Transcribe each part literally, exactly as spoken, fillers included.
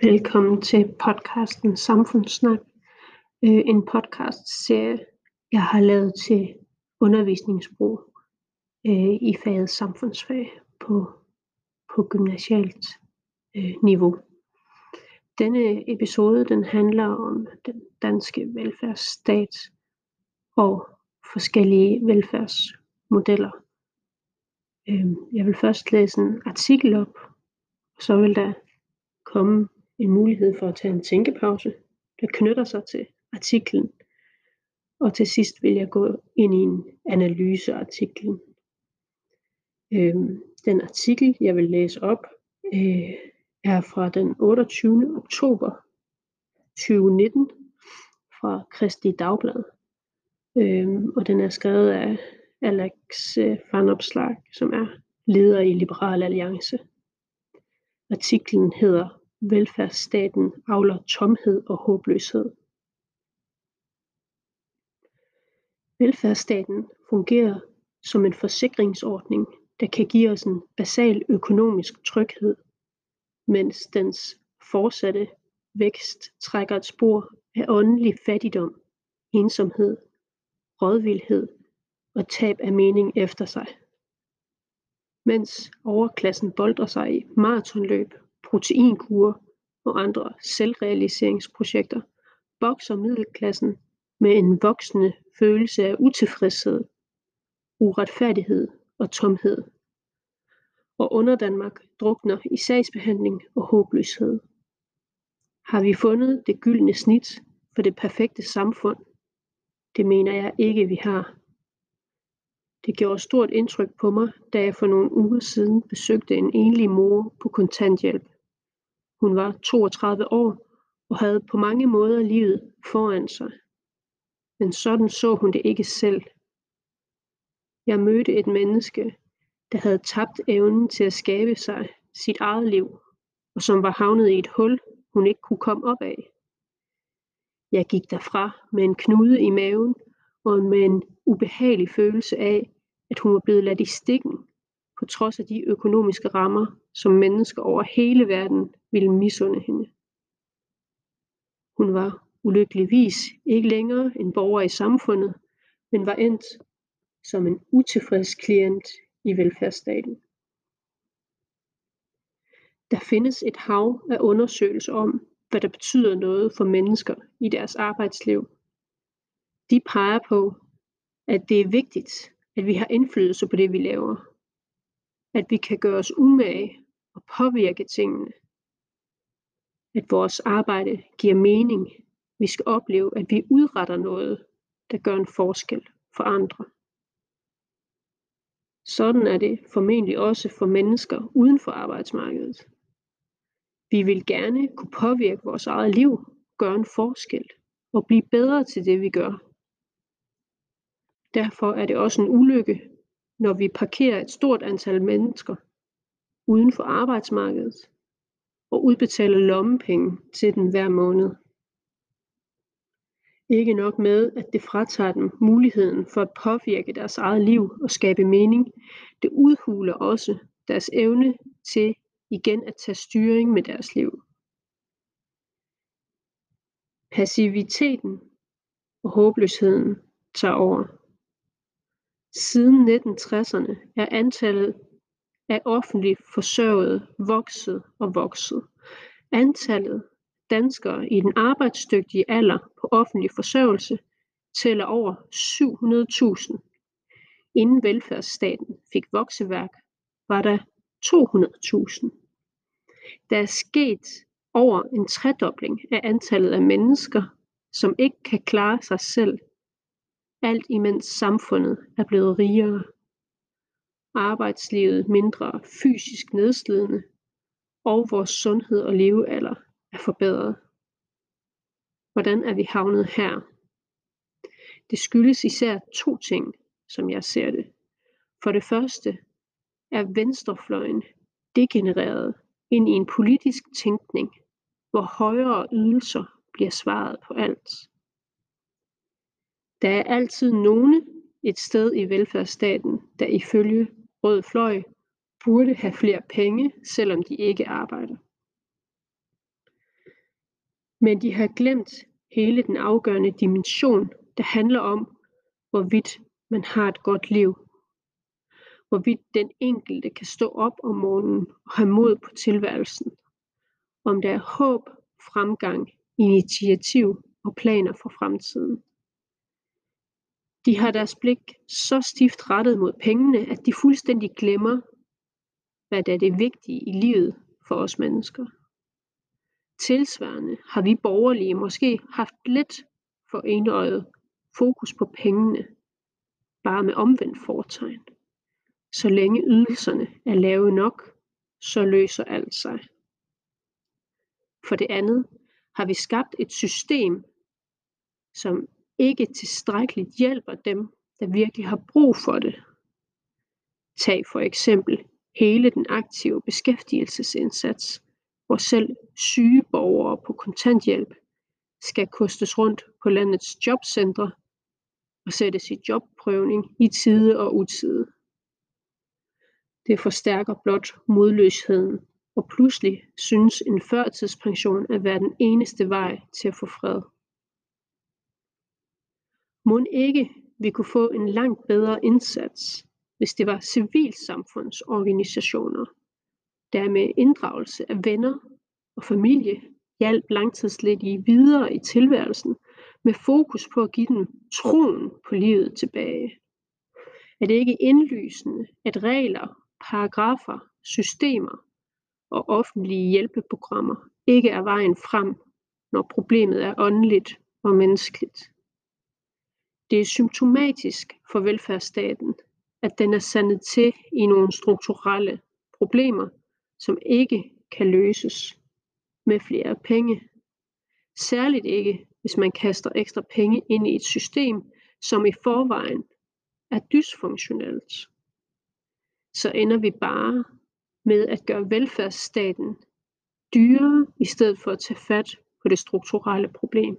Velkommen til podcasten Samfundssnak, øh, en podcastserie, jeg har lavet til undervisningsbrug øh, i faget samfundsfag på, på gymnasialt øh, niveau. Denne episode den handler om den danske velfærdsstat og forskellige velfærdsmodeller. Øh, jeg vil først læse en artikel op, og så vil der komme en mulighed for at tage en tænkepause, der knytter sig til artiklen. Og til sidst vil jeg gå ind i en analyse af artiklen. Øhm, den artikel, jeg vil læse op, øh, er fra den otteogtyvende oktober tyve nitten fra Kristeligt Dagblad. Øhm, og den er skrevet af Alex van Opslark, som er leder i Liberal Alliance. Artiklen hedder Velfærdsstaten avler tomhed og håbløshed. Velfærdsstaten fungerer som en forsikringsordning, der kan give os en basal økonomisk tryghed, mens dens fortsatte vækst trækker et spor af åndelig fattigdom, ensomhed, rådvildhed og tab af mening efter sig. Mens overklassen boltrer sig i maratonløb, proteinkurer og andre selvrealiseringsprojekter, vokser middelklassen med en voksende følelse af utilfredshed, uretfærdighed og tomhed. Og under Danmark drukner i sagsbehandling og håbløshed. Har vi fundet det gyldne snit for det perfekte samfund? Det mener jeg ikke, vi har. Det gjorde stort indtryk på mig, da jeg for nogle uger siden besøgte en enlig mor på kontanthjælp. Hun var toogtredive år og havde på mange måder livet foran sig. Men sådan så hun det ikke selv. Jeg mødte et menneske, der havde tabt evnen til at skabe sig sit eget liv, og som var havnet i et hul, hun ikke kunne komme op af. Jeg gik derfra med en knude i maven og med en ubehagelig følelse af, at hun var blevet ladt i stikken, på trods af de økonomiske rammer, som mennesker over hele verden ville misunde hende. Hun var ulykkeligvis ikke længere en borger i samfundet, men var endt som en utilfreds klient i velfærdsstaten. Der findes et hav af undersøgelser om, hvad der betyder noget for mennesker i deres arbejdsliv. De peger på, at det er vigtigt, at vi har indflydelse på det, vi laver. At vi kan gøre os umage og påvirke tingene. At vores arbejde giver mening. Vi skal opleve, at vi udretter noget, der gør en forskel for andre. Sådan er det formentlig også for mennesker uden for arbejdsmarkedet. Vi vil gerne kunne påvirke vores eget liv, gøre en forskel og blive bedre til det, vi gør. Derfor er det også en ulykke, når vi parkerer et stort antal mennesker uden for arbejdsmarkedet og udbetaler lommepenge til dem hver måned. Ikke nok med, at det fratager dem muligheden for at påvirke deres eget liv og skabe mening, det udhuler også deres evne til igen at tage styring med deres liv. Passiviteten og håbløsheden tager over. Siden nitten tresserne er antallet af offentligt forsørgede vokset og vokset. Antallet danskere i den arbejdsdygtige alder på offentlig forsørgelse tæller over syv hundrede tusind. Inden velfærdsstaten fik vokseværk, var der to hundrede tusind. Der er sket over en tredobling af antallet af mennesker, som ikke kan klare sig selv, alt imens samfundet er blevet rigere. Arbejdslivet mindre fysisk nedslidende, og vores sundhed og levealder er forbedret. Hvordan er vi havnet her? Det skyldes især to ting, som jeg ser det. For det første er venstrefløjen degenereret ind i en politisk tænkning, hvor højere ydelser bliver svaret på alt. Der er altid nogen et sted i velfærdsstaten, der ifølge rød fløj burde have flere penge, selvom de ikke arbejder. Men de har glemt hele den afgørende dimension, der handler om, hvorvidt man har et godt liv. Hvorvidt den enkelte kan stå op om morgenen og have mod på tilværelsen. Om der er håb, fremgang, initiativ og planer for fremtiden. De har deres blik så stift rettet mod pengene, at de fuldstændig glemmer, hvad der er det vigtige i livet for os mennesker. Tilsvarende har vi borgerlige måske haft lidt for enøjet fokus på pengene, bare med omvendt fortegn. Så længe ydelserne er lave nok, så løser alt sig. For det andet har vi skabt et system, som ikke tilstrækkeligt hjælper dem, der virkelig har brug for det. Tag for eksempel hele den aktive beskæftigelsesindsats, hvor selv syge borgere på kontanthjælp skal kostes rundt på landets jobcentre og sættes i jobprøvning i tide og utide. Det forstærker blot modløsheden, og pludselig synes en førtidspension at være den eneste vej til at få fred. Mon ikke vi kunne få en langt bedre indsats, hvis det var civilsamfundsorganisationer, der med inddragelse af venner og familie hjalp langtidsledige videre i tilværelsen med fokus på at give dem troen på livet tilbage. Er det ikke indlysende, at regler, paragrafer, systemer og offentlige hjælpeprogrammer ikke er vejen frem, når problemet er åndeligt og menneskeligt? Det er symptomatisk for velfærdsstaten, at den er sandet til i nogle strukturelle problemer, som ikke kan løses med flere penge. Særligt ikke, hvis man kaster ekstra penge ind i et system, som i forvejen er dysfunktionelt. Så ender vi bare med at gøre velfærdsstaten dyrere, i stedet for at tage fat på det strukturelle problem.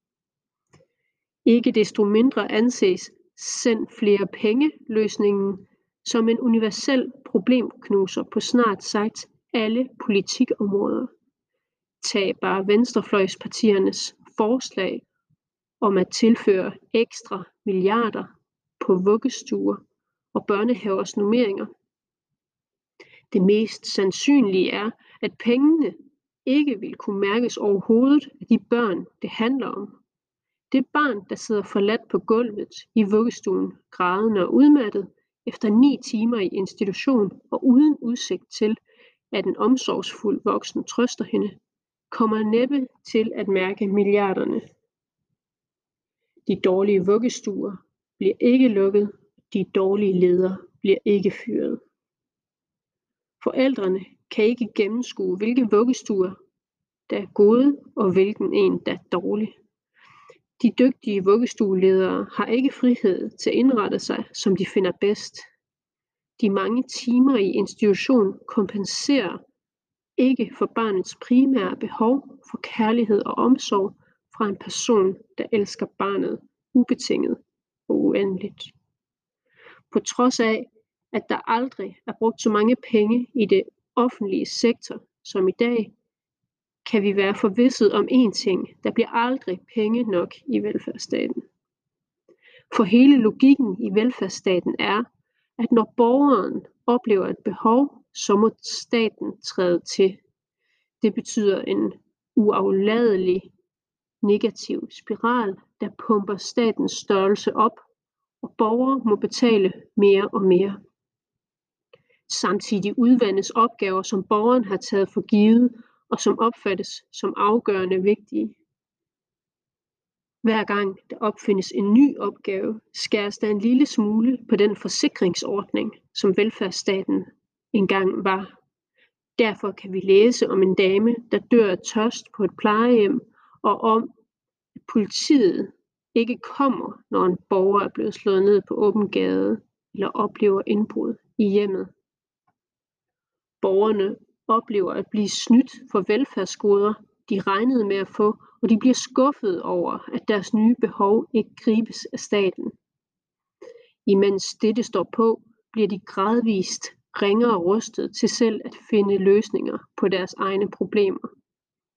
Ikke desto mindre anses send flere penge løsningen som en universel problemknuser på snart sagt alle politikområder. Tag bare venstrefløjspartiernes forslag om at tilføre ekstra milliarder på vuggestuer og børnehavers normeringer. Det mest sandsynlige er, at pengene ikke vil kunne mærkes overhovedet af de børn, det handler om. Det barn, der sidder forladt på gulvet i vuggestuen, grædende og udmattet, efter ni timer i institution og uden udsigt til, at en omsorgsfuld voksen trøster hende, kommer næppe til at mærke milliarderne. De dårlige vuggestuer bliver ikke lukket, de dårlige ledere bliver ikke fyret. Forældrene kan ikke gennemskue, hvilke vuggestuer, der er gode, og hvilken en, der er dårlig. De dygtige vuggestueledere har ikke frihed til at indrette sig, som de finder bedst. De mange timer i institution kompenserer ikke for barnets primære behov for kærlighed og omsorg fra en person, der elsker barnet ubetinget og uendeligt. På trods af, at der aldrig er brugt så mange penge i det offentlige sektor som i dag, kan vi være forvisset om én ting: der bliver aldrig penge nok i velfærdsstaten. For hele logikken i velfærdsstaten er, at når borgeren oplever et behov, så må staten træde til. Det betyder en uafladelig negativ spiral, der pumper statens størrelse op, og borgere må betale mere og mere. Samtidig udvandes opgaver, som borgeren har taget for givet, og som opfattes som afgørende vigtige. Hver gang der opfindes en ny opgave, skæres der en lille smule på den forsikringsordning, som velfærdsstaten engang var. Derfor kan vi læse om en dame, der dør af tørst på et plejehjem, og om, at politiet ikke kommer, når en borger er blevet slået ned på åben gade eller oplever indbrud i hjemmet. Borgerne oplever at blive snydt for velfærdsgoder, de regnede med at få, og de bliver skuffet over, at deres nye behov ikke gribes af staten. Imens dette står på, bliver de gradvist ringere rustet til selv at finde løsninger på deres egne problemer.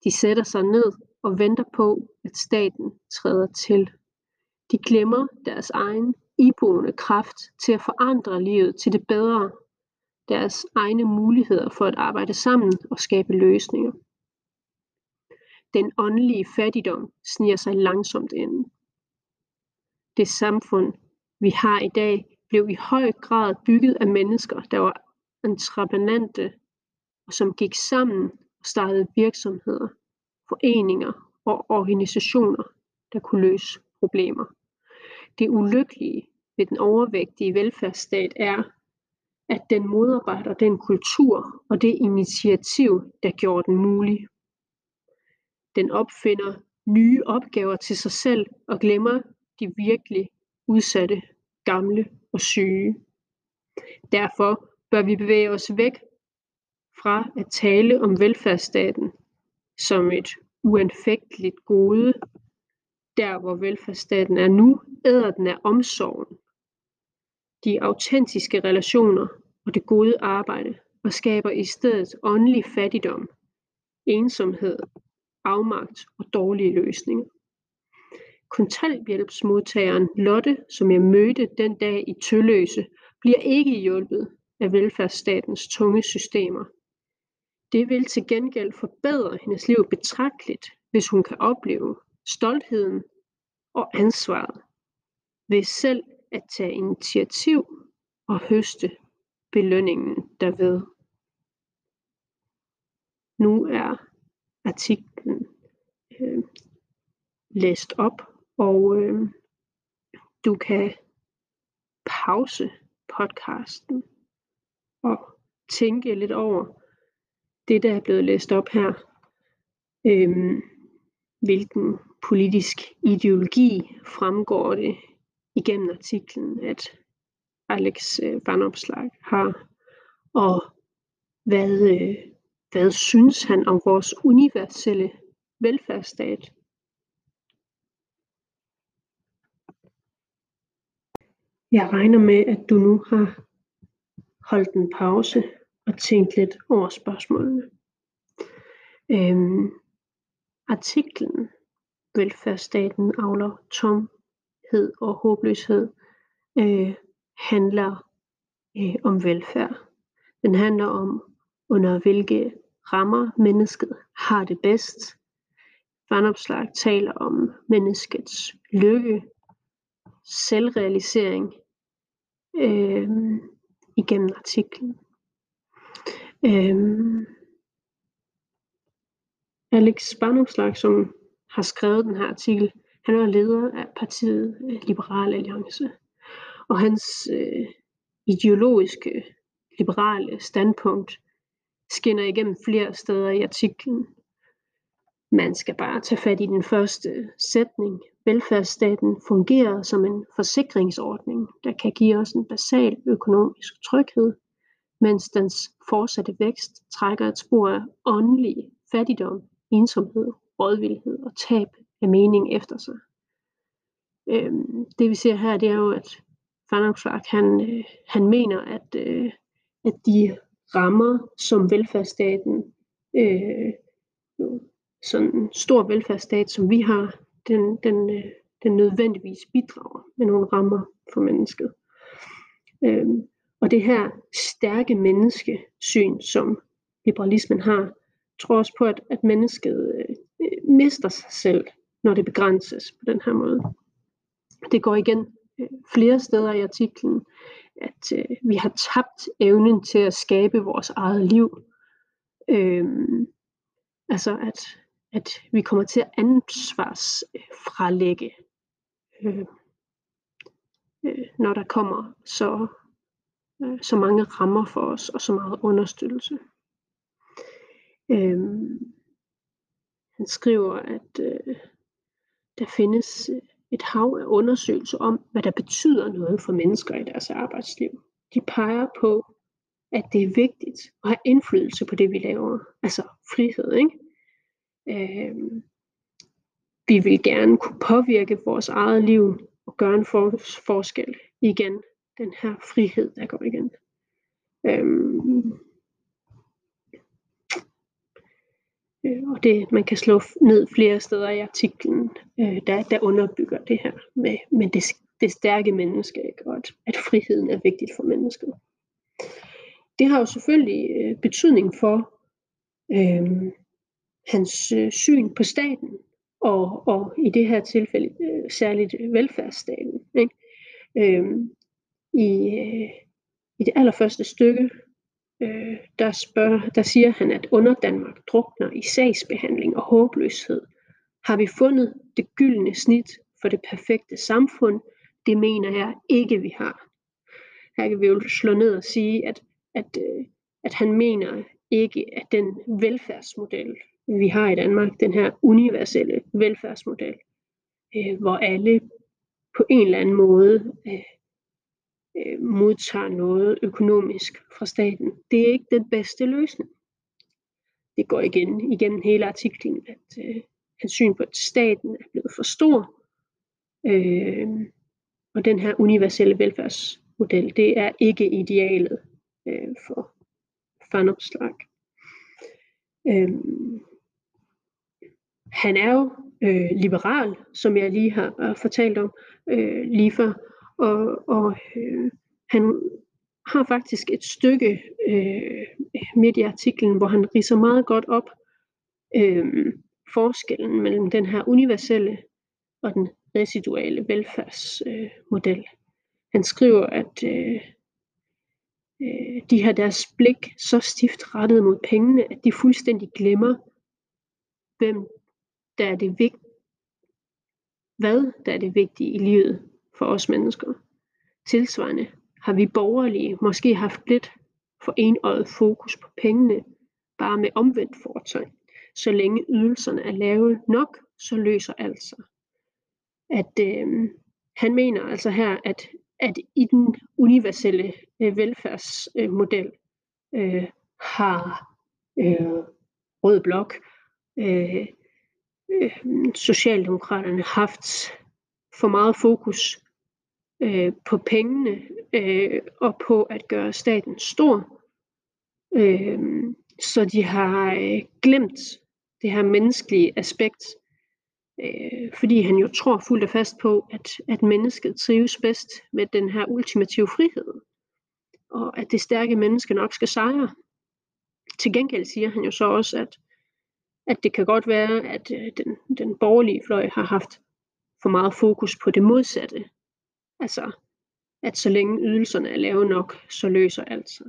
De sætter sig ned og venter på, at staten træder til. De glemmer deres egen iboende kraft til at forandre livet til det bedre, deres egne muligheder for at arbejde sammen og skabe løsninger. Den åndelige fattigdom sniger sig langsomt ind. Det samfund, vi har i dag, blev i høj grad bygget af mennesker, der var entreprenante og som gik sammen og startede virksomheder, foreninger og organisationer, der kunne løse problemer. Det ulykkelige ved den overvægtige velfærdsstat er, at den modarbejder den kultur og det initiativ, der gjorde den mulig. Den opfinder nye opgaver til sig selv og glemmer de virkelig udsatte, gamle og syge. Derfor bør vi bevæge os væk fra at tale om velfærdsstaten som et uanfægteligt gode. Der hvor velfærdsstaten er nu, æder den af omsorgen, de autentiske relationer og det gode arbejde, og skaber i stedet åndelig fattigdom, ensomhed, afmagt og dårlige løsninger. Kontanthjælpsmodtageren Lotte, som jeg mødte den dag i Tølløse, bliver ikke hjulpet af velfærdsstatens tunge systemer. Det vil til gengæld forbedre hendes liv betragteligt, hvis hun kan opleve stoltheden og ansvaret ved selv at tage initiativ og høste belønningen derved. Nu er artiklen øh, læst op, og øh, du kan pause podcasten og tænke lidt over det, der er blevet læst op her. Øh, hvilken politisk ideologi fremgår det igennem artiklen, at Alex øh, Vanopslagh har, og hvad, øh, hvad synes han om vores universelle velfærdsstat? Jeg regner med, at du nu har holdt en pause og tænkt lidt over spørgsmålene. Øhm, artiklen Velfærdsstaten avler tomhed og håbløshed øh, handler øh, om velfærd. Den handler om, under hvilke rammer mennesket har det bedst. Vanopslagh taler om menneskets lykke, selvrealisering øh, igennem artiklen. Øh, Alex Vanopslagh, som har skrevet den her artikel, han er leder af partiet Liberal Alliance, og hans øh, ideologiske liberale standpunkt skinner igennem flere steder i artiklen. Man skal bare tage fat i den første sætning. Velfærdsstaten fungerer som en forsikringsordning, der kan give os en basal økonomisk tryghed, mens dens fortsatte vækst trækker et spor af åndelig fattigdom, ensomhed, rådvildhed og tab af mening efter sig. Øhm, det vi ser her, det er jo, at Vanopslagh, han, øh, han mener, at, øh, at de rammer, som velfærdsstaten, øh, sådan en stor velfærdsstat, som vi har, den, den, øh, den nødvendigvis bidrager med nogle rammer for mennesket. Øhm, og det her stærke menneskesyn, som liberalismen har, tror også på, at, at mennesket øh, mister sig selv, når det begrænses på den her måde. Det går igen øh, flere steder i artiklen, at øh, vi har tabt evnen til at skabe vores eget liv. Øhm, altså at, at vi kommer til at ansvarsfralægge, øh, øh, når der kommer så, øh, så mange rammer for os og så meget understøttelse. Øhm, han skriver, at øh, der findes et hav af undersøgelser om, hvad der betyder noget for mennesker i deres arbejdsliv. De peger på, at det er vigtigt at have indflydelse på det, vi laver. Altså frihed, ikke? Øhm, vi vil gerne kunne påvirke vores eget liv og gøre en for- forskel. Igen, den her frihed, der går igen. Øhm, Øh, og det, man kan slå ned flere steder i artiklen, øh, der, der underbygger det her med, med det, det stærke menneske, ikke? Og at, at friheden er vigtigt for mennesket. Det har jo selvfølgelig øh, betydning for øh, hans øh, syn på staten, og, og i det her tilfælde øh, særligt velfærdsstaten. Ikke? Øh, i, øh, I det allerførste stykke, øh, der, spørger, der siger han, at under Danmark drukner i sagsbehandling og håbløshed. Har vi fundet det gyldne snit for det perfekte samfund? Det mener jeg ikke, vi har. Her kan vi jo slå ned og sige, at, at, øh, at han mener ikke, at den velfærdsmodel, vi har i Danmark, den her universelle velfærdsmodel, øh, hvor alle på en eller anden måde øh, øh, modtager noget økonomisk fra staten, det er ikke den bedste løsning. Det går igen igennem hele artiklen, at øh, hans syn på, at staten er blevet for stor, øh, og den her universelle velfærdsmodel, det er ikke idealet øh, for Vanopslagh. Øh, han er jo øh, liberal, som jeg lige har øh, fortalt om øh, lige før, og, og øh, han har faktisk et stykke øh, midt i artiklen, hvor han ridser meget godt op øh, forskellen mellem den her universelle og den residuale velfærdsmodel. Øh, han skriver, at øh, øh, de har deres blik så stift rettet mod pengene, at de fuldstændig glemmer, hvem der er det vigt, hvad der er det vigtige i livet for os mennesker. Tilsvarende har vi borgerlige måske haft lidt for enøjet fokus på pengene, bare med omvendt fortegn. Så længe ydelserne er lave nok, så løser alt sig. At øh, han mener altså her, at, at i den universelle øh, velfærdsmodel øh, har øh, Rød Blok, øh, øh, Socialdemokraterne haft for meget fokus øh, på pengene øh, og på at gøre staten stor, øh, så de har øh, glemt det her menneskelige aspekt, øh, fordi han jo tror fuldt og fast på, at, at mennesket trives bedst med den her ultimative frihed, og at det stærke menneske nok skal sejre. Til gengæld siger han jo så også, at, at det kan godt være, at øh, den, den borgerlige fløj har haft for meget fokus på det modsatte. Altså, at så længe ydelserne er lave nok, så løser alt sig.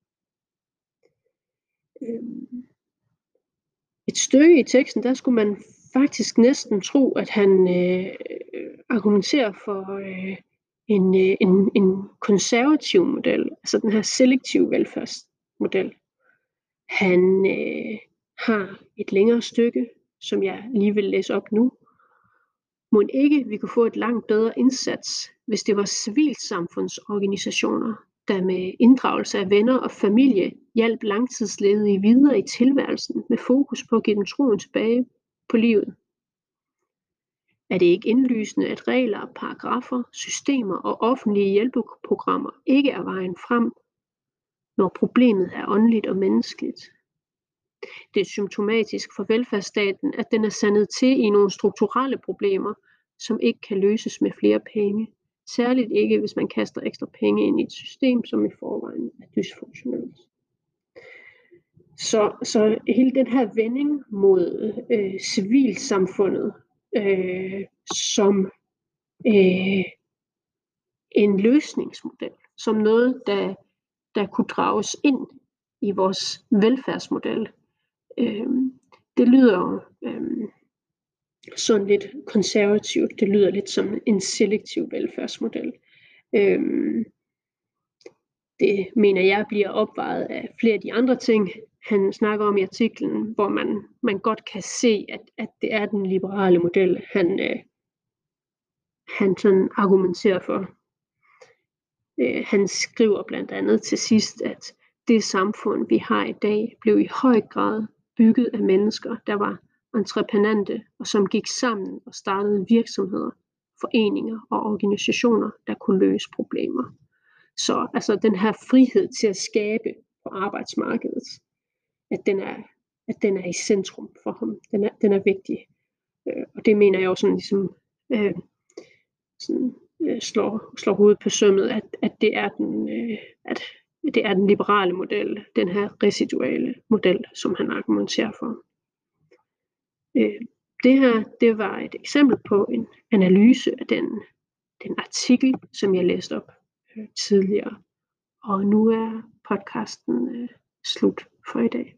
Et stykke i teksten, der skulle man faktisk næsten tro, at han øh, argumenterer for øh, en, øh, en, en konservativ model, altså den her selektive velfærdsmodel. Han øh, har et længere stykke, som jeg lige vil læse op nu. Må ikke vi kunne få et langt bedre indsats, hvis det var civilsamfundsorganisationer, der med inddragelse af venner og familie hjalp langtidsledige videre i tilværelsen med fokus på at give dem troen tilbage på livet. Er det ikke indlysende, at regler, paragrafer, systemer og offentlige hjælpeprogrammer ikke er vejen frem, når problemet er åndeligt og menneskeligt? Det er symptomatisk for velfærdsstaten, at den er sandet til i nogle strukturelle problemer, som ikke kan løses med flere penge. Særligt ikke, hvis man kaster ekstra penge ind i et system, som i forvejen er dysfunktionelt. Så, så hele den her vending mod øh, civilsamfundet øh, som øh, en løsningsmodel, som noget, der, der kunne drages ind i vores velfærdsmodel, øh, det lyder øh, sådan lidt konservativt. Det lyder lidt som en selektiv velfærdsmodel. Øhm, det mener jeg bliver opvejet af flere af de andre ting, han snakker om i artiklen, hvor man, man godt kan se, at, at det er den liberale model, han, øh, han sådan argumenterer for. Øh, han skriver blandt andet til sidst, at det samfund, vi har i dag, blev i høj grad bygget af mennesker, der var entreprenante, og som gik sammen og startede virksomheder, foreninger og organisationer, der kunne løse problemer. Så altså den her frihed til at skabe på arbejdsmarkedet, at den er, at den er i centrum for ham. Den er, den er vigtig. Øh, og det mener jeg jo sådan ligesom øh, sådan, øh, slår, slår hovedet på sømmet, at, at, det er den, øh, at det er den liberale model, den her residuale model, som han argumenterer for. Øh, det her, det var et eksempel på en analyse af den, den artikel, som jeg læste op øh, tidligere. Og nu er podcasten øh, slut for i dag.